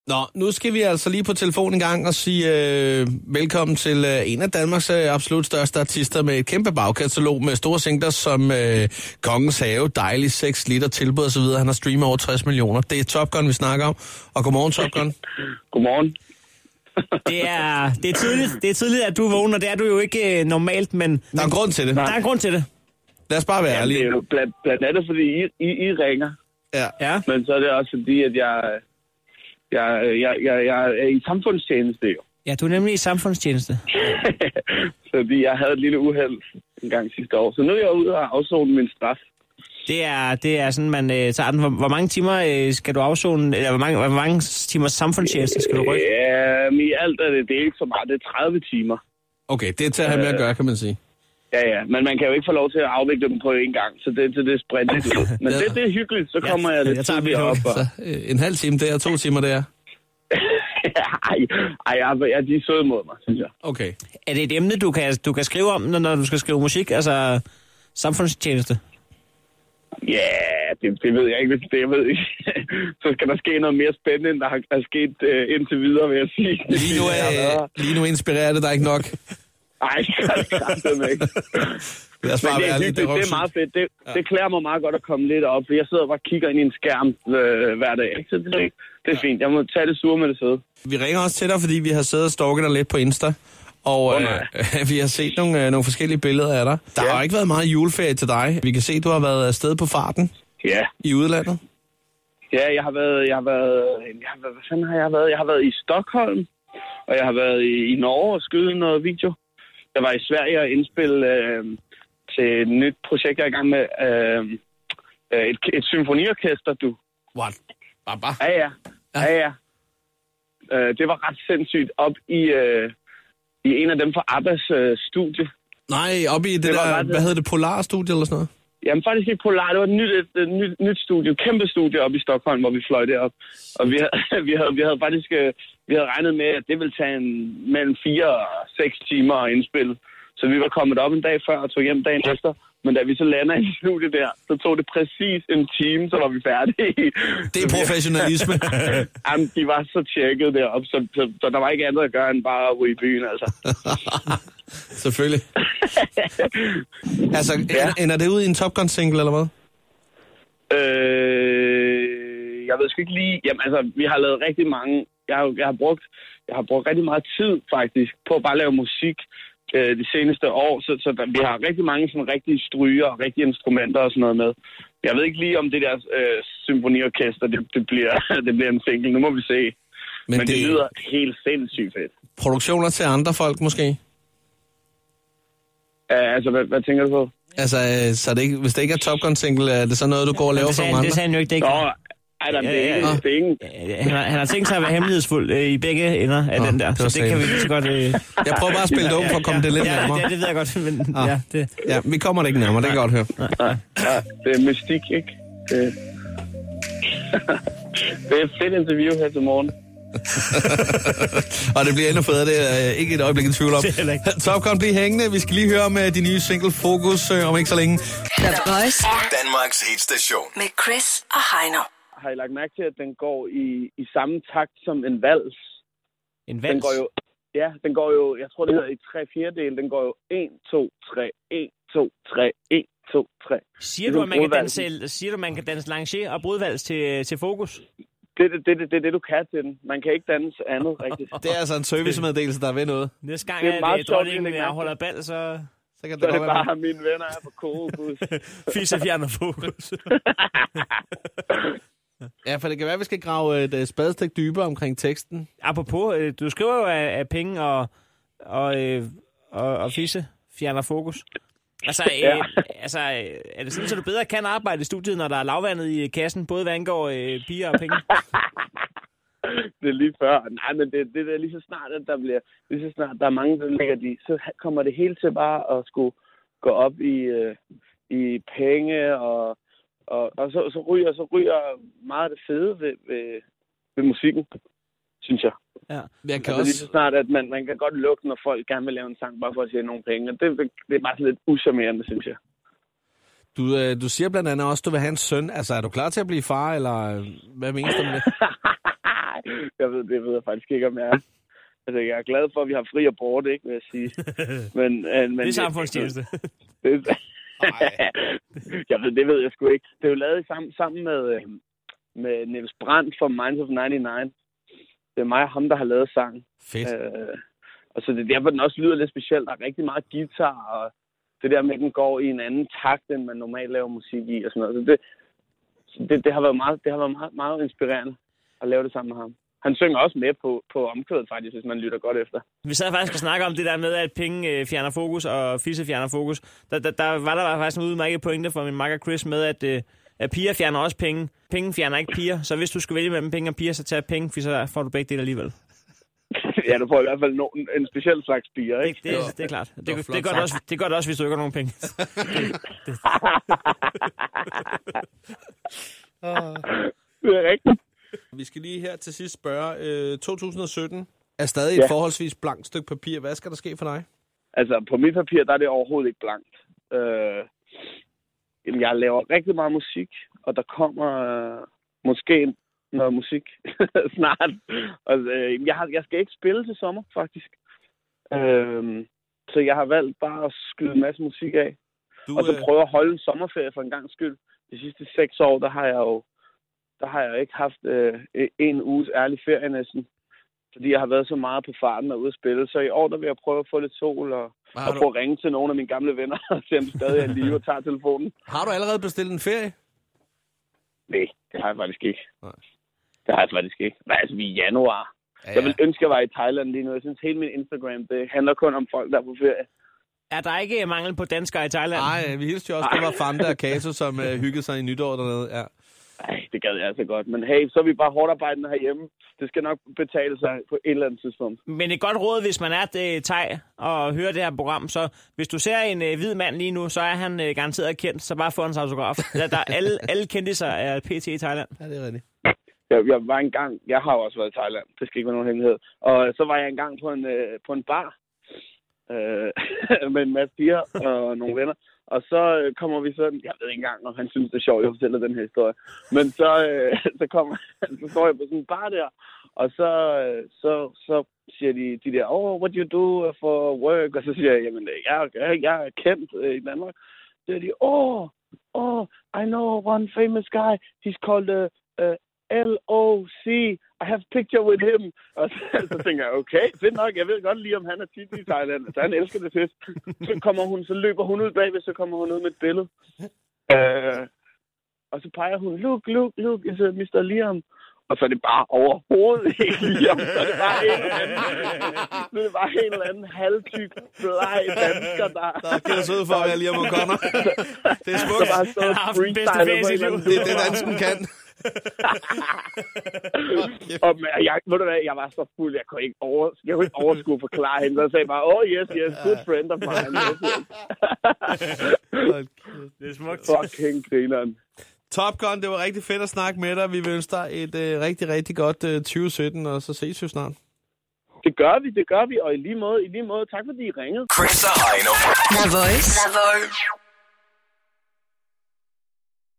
Nå, nu skal vi altså lige på telefon en gang og sige velkommen til en af Danmarks absolut største artister med et kæmpe bagkatalog med store singler som Kongens Have, Dejlig, 6 liter, Tilbud osv. Han har streamet over 60 millioner. Det er Top Gun, vi snakker om. Og godmorgen, Top Gun. Godmorgen. Det er tidligt, at du vågner. Det er du jo ikke normalt, men... Der er en grund til det. Der er en grund til det. Lad os bare være ærlige. Det er jo blandt andet, fordi I ringer. Ja. Men så er det også fordi, at jeg er i samfundstjeneste jo. Ja, du er nemlig i samfundstjeneste. Fordi jeg havde et lille uheld en gang sidste år. Så nu er jeg ude og afzone min straf. Det er sådan, man tager den. Hvor mange timer skal du afzone? Eller hvor mange timers samfundstjeneste skal du rykke? Ja, i alt er det er ikke så meget. Det er 30 timer. Okay, det er til at have med at gøre, kan man sige. Ja, men man kan jo ikke få lov til at afvikle dem på en gang, så det er spredt ud. Men det er hyggeligt, så kommer jeg lidt tidligt op. Så, en halv time der, 2 timer der. Ej, de er søde mod mig, synes jeg. Okay. Er det et emne, du kan skrive om, når du skal skrive musik? Altså samfundstjeneste? Ja, det ved jeg ikke. Det ved ikke. Så skal der ske noget mere spændende, end der har sket indtil videre, vil jeg sige. Lige nu inspirerer det dig ikke nok. Nej, det gør det kraftigt ikke. Det er meget fedt. Det klæder mig meget godt at komme lidt op, for jeg sidder og bare kigger ind i en skærm hver dag. Ikke? Så det er fint. Jeg må tage det sure med det søde. Vi ringer også til dig, fordi vi har siddet og stalket dig lidt på Insta. Og vi har set nogle forskellige billeder af dig. Der har ikke været meget juleferie til dig. Vi kan se, at du har været afsted på farten. Ja. I udlandet. Ja, jeg har været... Hvad fanden har jeg været? Jeg har været i Stockholm, og jeg har været i Norge og skyde noget video. Jeg var i Sverige og indspille til et nyt projekt, jeg er i gang med. Et symfoniorkester, du. What? Baba? Ja. Det var ret sindssygt op i en af dem fra Abbas studie. Nej, op i det der, hvad hedder det, Polar-studie eller sådan noget? Jamen faktisk ikke Polar, det var et nyt studie, kæmpe studie op i Stockholm, hvor vi fløj derop. Og vi havde faktisk regnet med, at det ville tage mellem 4 og 6 timer at indspille. Så vi var kommet op en dag før og tog hjem dagen efter. Men da vi så lander i studiet der, så tog det præcis en time, så var vi færdige. Det er professionalisme. Jamen, de var så tjekket deroppe, så der var ikke andet at gøre end bare at ryge i byen, altså. Selvfølgelig. Altså, ender det ud i en Top Gun single, eller hvad? Jeg ved sgu ikke lige... Jamen, altså, vi har lavet rigtig mange... Jeg har brugt rigtig meget tid, faktisk, på at bare lave musik de seneste år, så vi har rigtig mange sådan rigtige stryger og rigtige instrumenter og sådan noget med. Jeg ved ikke lige, om det der symfoniorkester, det bliver en single. Nu må vi se. Men det lyder helt sindssygt fedt. Produktioner til andre folk, måske? Altså, hvad tænker du på? Altså, så det ikke, hvis det ikke er Top Gun single, er det så noget, du går og laver for andre? Det sagde han jo ikke, det ikke. Det er ingen. Han har tænkt sig at være hemmelighedsfuld i begge ender af den der, så det kan vi lige så godt... Jeg prøver bare at spille det om for at komme det lidt nærmere. Ja, det ved jeg godt, men... Ja, vi kommer det ikke nærmere, det kan jeg godt høre. Ja, det er mystik, ikke? Det er et fedt interview her til morgen. Og det bliver endnu federe, det er ikke et øjeblik i tvivl om. Top Gun, bliv hængende. Vi skal lige høre om de nye single Fokus om ikke så længe. The Voice er Danmarks hitstation med Chris og Heino. Har I lagt mærke til, at den går i samme takt som en vals? En vals? Den går jo, jeg tror det hedder i 3/4. Den går jo 1, 2, 3, 1, 2, 3, 1, 2, 3. Siger du, man kan danse lancier og brudvals til Fokus? Det er det, du kan til den. Man kan ikke danse andet rigtigt. Det er altså en servicemeddelelse, der er ved noget. Næste gang, at dronningen afholder bal, så kan det godt bare mine venner er på kogebus. Fisse fjerner Fokus. Ja, for det kan være, at vi skal grave et spadestik dybere omkring teksten. Apropos, du skriver jo af penge og fisse fjerner Fokus. Altså, er det sådan, så du bedre kan arbejde i studiet, når der er lavvandet i kassen, både hvad angår piger og penge? Det er lige før. Nej, men det er lige så snart, at lige så snart der er mange, der ligger så kommer det hele til bare at skulle gå op i penge, og så ryger meget af det fede ved musikken, synes jeg. Ja, lige så snart, at man kan godt lukke, når folk gerne vil lave en sang, bare for at tjene nogle penge. Det er bare sådan lidt uschammerende, synes jeg. Du siger blandt andet også, at du vil have en søn. Altså, er du klar til at blive far, eller hvad mener du med det? Det ved jeg faktisk ikke, om jeg er. Altså, jeg er glad for, at vi har fri abort, ikke, vil jeg sige. Men, det er samfundstjeneste. Det ved jeg sgu ikke. Det er jo lavet sammen med Niels Brandt fra Minds of 99. Det er mig og ham, der har lavet sangen. Fedt. Og så det er derfor, den også lyder lidt specielt. Der er rigtig meget guitar, og det der med, at den går i en anden takt, end man normalt laver musik i, og sådan noget. Så det har været meget inspirerende at lave det sammen med ham. Han synger også med på omkvædet, faktisk, hvis man lytter godt efter. Vi sad faktisk og snakke om det der med, at penge fjerner fokus, og fisse fjerner fokus. Der var faktisk en udmærket pointe for min makker Chris med, at piger fjerner også penge. Penge fjerner ikke piger, så hvis du skal vælge mellem penge og piger, så tag penge, for så får du begge dele alligevel. Ja, du får i hvert fald en speciel slags piger, ikke? Det er klart. Det gør det også, hvis du ikke har nogen penge. Det er rigtigt. Vi skal lige her til sidst spørge. 2017 er stadig et forholdsvis blankt stykke papir. Hvad skal der ske for dig? Altså, på mit papir, der er det overhovedet ikke blankt. Jeg laver rigtig meget musik, og der kommer måske noget musik snart. Jeg skal ikke spille til sommer, faktisk. Så jeg har valgt bare at skyde en masse musik af. Og så prøve at holde en sommerferie for en gang skyld. De sidste 6 år, der har jeg ikke haft en uges ærlig ferie næsten. Fordi jeg har været så meget på farten og ude at spille. Så i år, der vil jeg prøve at få lidt sol og prøve at ringe til nogle af mine gamle venner og se, om de stadig er i live og tager telefonen. Har du allerede bestilt en ferie? Nej, det har jeg faktisk ikke. Nej. Det har jeg faktisk ikke. Nej, altså, vi er i januar. Ja. Jeg vil ønske, at jeg var i Thailand lige nu. Jeg synes, hele min Instagram, det handler kun om folk, der er på ferie. Er der ikke mangel på danskere i Thailand? Nej, vi hilste jo også, det var Fanta og Kato, som hyggede sig i nytår dernede. Ja. Ej, det gad jeg altså godt. Men hey, så er vi bare hårdt arbejdende herhjemme. Det skal nok betale sig på et eller andet tidspunkt. Men et godt råd, hvis man er thai og hører det her program, så hvis du ser en hvid mand lige nu, så er han garanteret kendt, så bare få hans autograf. Alle kendte er PT i Thailand. Ja, det er rigtigt. Jeg var engang, jeg har også været i Thailand, det skal ikke være nogen hemmelighed. Og så var jeg engang på en bar med en masse piger og nogle venner. Og så kommer vi sådan, jeg ved ikke engang, om han synes, det er sjovt, at jeg fortæller den her historie. Men så står jeg på sådan en bar der, og så siger de der, what do you do for work? Og så siger jeg, jamen, jeg er kendt i Danmark. Så siger de, I know one famous guy, he's called LOC, I have a picture with him. Og så tænker jeg, okay, fedt nok, jeg ved godt lige, om han er tit i Thailand. Så han elsker det fedt. Så løber hun ud bagved, så kommer hun ud med et billede. Og så peger hun, look, jeg siger, Mr. Liam. Og så er det bare overhovedet ikke Liam. Så er det bare en eller anden halvtyk, bleg dansker, der giver sig ud for at være Liam O'Connor. Det er smukt. Han har haft den bedste fase i livet. Det er det, dansken kan. Ved du hvad, jeg var så fuld, jeg kunne ikke overskue at forklare hende, så jeg sagde bare, yes, good friend of mine. Det er smukt. Fucking grineren. Top Gun, det var rigtig fedt at snakke med dig. Vi vil ønske dig et rigtig, rigtig godt 2017, og så ses vi snart. Det gør vi, og i lige måde, tak fordi I ringede. Chris og Heino. The Voice.